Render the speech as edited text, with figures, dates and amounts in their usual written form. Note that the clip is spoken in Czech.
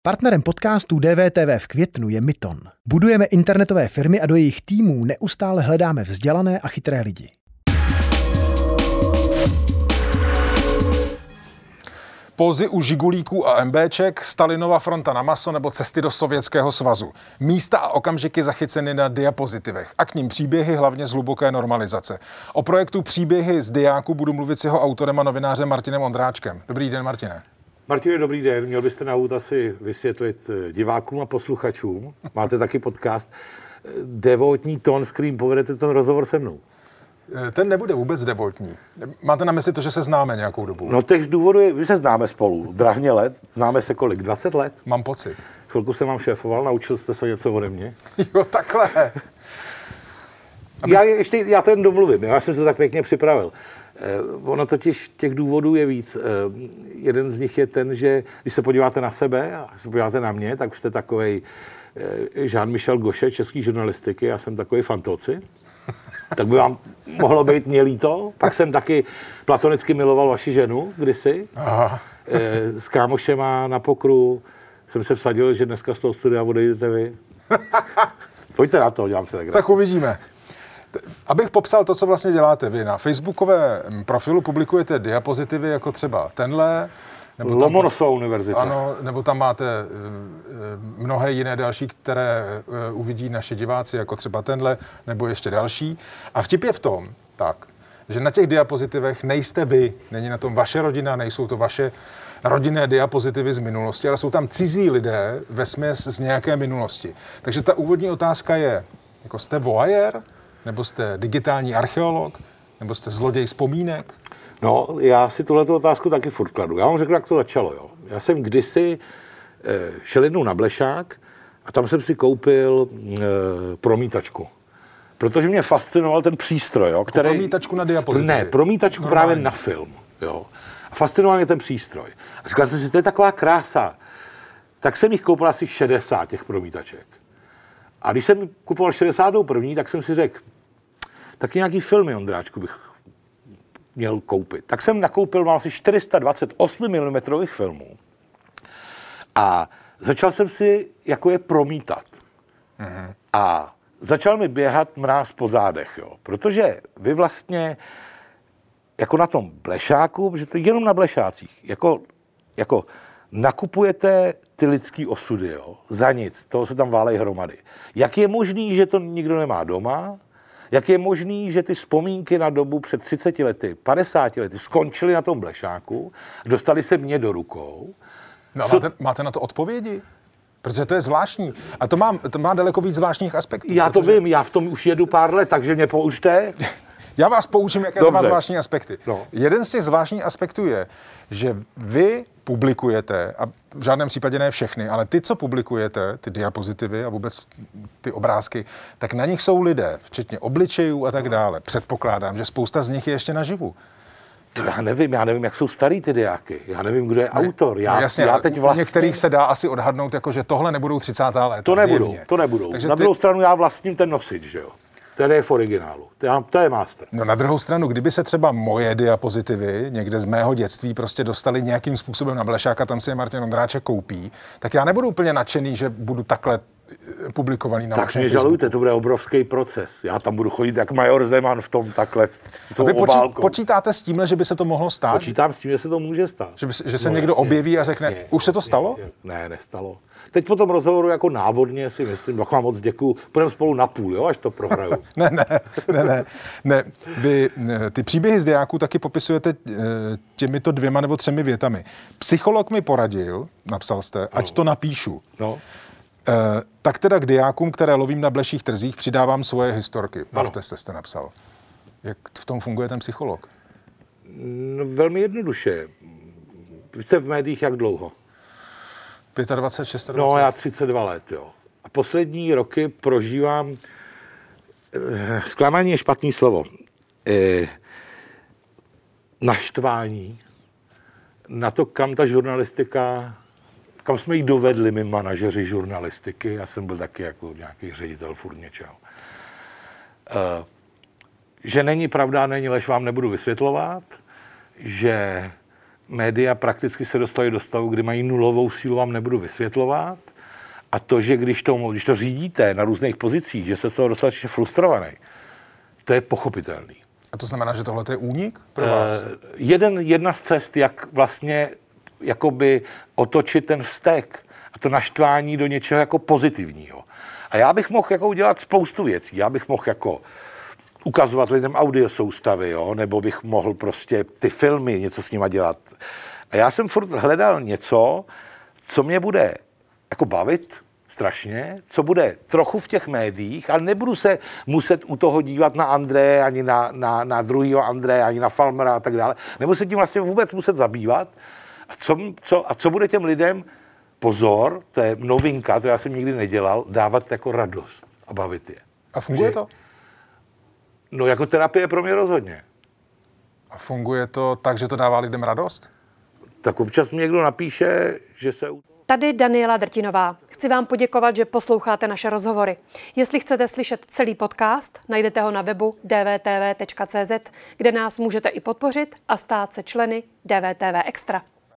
Partnerem podcastů DVTV v květnu je Myton. Budujeme internetové firmy a do jejich týmů neustále hledáme vzdělané a chytré lidi. Pózy u žigulíků a MBček, Stalinova fronta na maso nebo cesty do Sovětského svazu. Místa a okamžiky zachyceny na diapozitivech a k ním příběhy hlavně z hluboké normalizace. O projektu Příběhy z diáku budu mluvit s jeho autorem a novinářem Martinem Ondráčkem. Dobrý den, Martine. Martine, dobrý den. Měl byste na úvod asi vysvětlit divákům a posluchačům. Máte taky podcast Devoltní tón, s kterým povedete ten rozhovor se mnou. Ten nebude vůbec devoltní. Máte na mysli to, že se známe nějakou dobu? No těch důvodů je, my se známe spolu. Drahně let. Známe se kolik? 20 let? Mám pocit. Chvilku jsem vám šéfoval, naučil jste se něco ode mě. Jo, takhle. Já to jen domluvím. Já jsem se tak pěkně připravil. Ono totiž těch důvodů je víc. Jeden z nich je ten, že když se podíváte na sebe a se podíváte na mě, tak jste takovej Jean-Michel Gauchet český žurnalistiky, já jsem takový fantoci. Tak by vám mohlo být mě líto. Pak jsem taky platonicky miloval vaši ženu kdysi. Aha. S kámošema na pokru jsem se vsadil, že dneska z toho studia odejdete vy. Pojďte na to, dělám se tak. Tak uvidíme. Abych popsal to, co vlastně děláte vy. Na facebookovém profilu publikujete diapozitivy jako třeba tenhle. Lomonosova univerzita. Ano, nebo tam máte mnohé jiné další, které uvidí naši diváci, jako třeba tenhle, nebo ještě další. A vtip je v tom, tak, že na těch diapozitivech nejste vy, není na tom vaše rodina, nejsou to vaše rodinné diapozitivy z minulosti, ale jsou tam cizí lidé vesměs z nějaké minulosti. Takže ta úvodní otázka je, jako jste voyeur, nebo jste digitální archeolog, nebo jste zloděj vzpomínek? No, já si tuhletu otázku taky furt kladu. Já vám řeknu, jak to začalo. Jo. Já jsem kdysi šel jednou na Blešák a tam jsem si koupil promítačku. Protože mě fascinoval ten přístroj. Jo, který... Promítačku na diapozitivy? Ne, promítačku normálně. Právě na film. Jo. A fascinoval mě ten přístroj. A říkal jsem si, to je taková krása. Tak jsem jich koupil asi 60 těch promítaček. A když jsem kupoval 61., tak jsem si řekl, tak nějaký filmy, Ondráčku, bych měl koupit. Tak jsem nakoupil asi 428 mm filmů a začal jsem si jako je promítat. Mm-hmm. A začal mi běhat mráz po zádech, jo. Protože vy vlastně jako na tom Blešáku, protože to je jenom na Blešácích, jako nakupujete ty lidský osudy, jo, za nic, toho se tam válejí hromady. Jak je možný, že to nikdo nemá doma? Jak je možný, že ty vzpomínky na dobu před 30 lety, 50 lety skončily na tom Blešáku, dostali se mně do rukou? No, máte na to odpovědi? Protože to je zvláštní. A to má daleko víc zvláštních aspektů. Já to vím, já v tom už jedu pár let, takže mě poučte. Já vás poučím, jaké to má zvláštní aspekty. No. Jeden z těch zvláštních aspektů je, že vy publikujete, a v žádném případě ne všechny, ale ty, co publikujete, ty diapozitivy a vůbec ty obrázky, tak na nich jsou lidé, včetně obličejů a tak dále. Předpokládám, že spousta z nich je ještě naživu. Já nevím, jak jsou starý ty diáky. Já nevím, kdo je autor. Já teď vlastně... Některých se dá asi odhadnout, jako, že tohle nebudou 30. léta. To nebudou. Takže na druhou stranu já vlastním ten nosič, že jo. Ten je v originálu. To je master. No na druhou stranu, kdyby se třeba moje diapozitivy někde z mého dětství prostě dostali nějakým způsobem na Blešáka, tam si je Martin Ondráček koupí, tak já nebudu úplně nadšený, že budu takhle publikovaný na tak mě žalujte, to bude obrovský proces. Já tam budu chodit jak major Zeman v tom takhle. A vy počítáte s tímhle, že by se to mohlo stát? Počítám s tím, že se to může stát. Že se někdo objeví a řekne, už se to stalo? Ne, nestalo. Teď po tom rozhovoru jako návodně si myslím, tak vám moc děkuju, půjdeme spolu na půl, jo, až to prohraju. Ne. Vy ty příběhy z diáků taky popisujete těmito 2 nebo 3 větami. Psycholog mi poradil, napsal jste, ať to napíšu. No. Tak teda k diákům, které lovím na bleších trzích, přidávám svoje historky. Bavte se, jste napsal. Jak v tom funguje ten psycholog? No, velmi jednoduše. Vy jste v médiích jak dlouho? 25, 26. No, já 32 let, jo. A poslední roky prožívám, zklamání je špatný slovo, naštvání na to, kam ta žurnalistika, kam jsme ji dovedli, my manažeři žurnalistiky, já jsem byl taky jako nějaký ředitel furt něčeho. Že není pravda, není lež, vám nebudu vysvětlovat, že média prakticky se dostaly do stavu, kdy mají nulovou sílu, vám nebudu vysvětlovat. A to, že když to řídíte na různých pozicích, že se z toho dostatečně frustrovaný, to je pochopitelný. A to znamená, že tohle je únik pro vás? Jedna z cest, jak vlastně jakoby otočit ten vztek a to naštvání do něčeho jako pozitivního. A já bych mohl jako udělat spoustu věcí. Já bych mohl jako ukazovat lidem audiosoustavy, jo? Nebo bych mohl prostě ty filmy, něco s nima dělat. A já jsem furt hledal něco, co mě bude jako bavit strašně, co bude trochu v těch médiích, ale nebudu se muset u toho dívat na Andreje, ani na druhýho Andreje, ani na Falmera a tak dále. Nebudu se tím vlastně vůbec muset zabývat. A co bude těm lidem, pozor, to je novinka, to já jsem nikdy nedělal, dávat jako radost a bavit je. A funguje to? No jako terapie pro mě rozhodně. A funguje to tak, že to dává lidem radost? Tak občas mi někdo napíše, že se... Tady Daniela Drtinová. Chci vám poděkovat, že posloucháte naše rozhovory. Jestli chcete slyšet celý podcast, najdete ho na webu dvtv.cz, kde nás můžete i podpořit a stát se členy DVTV Extra.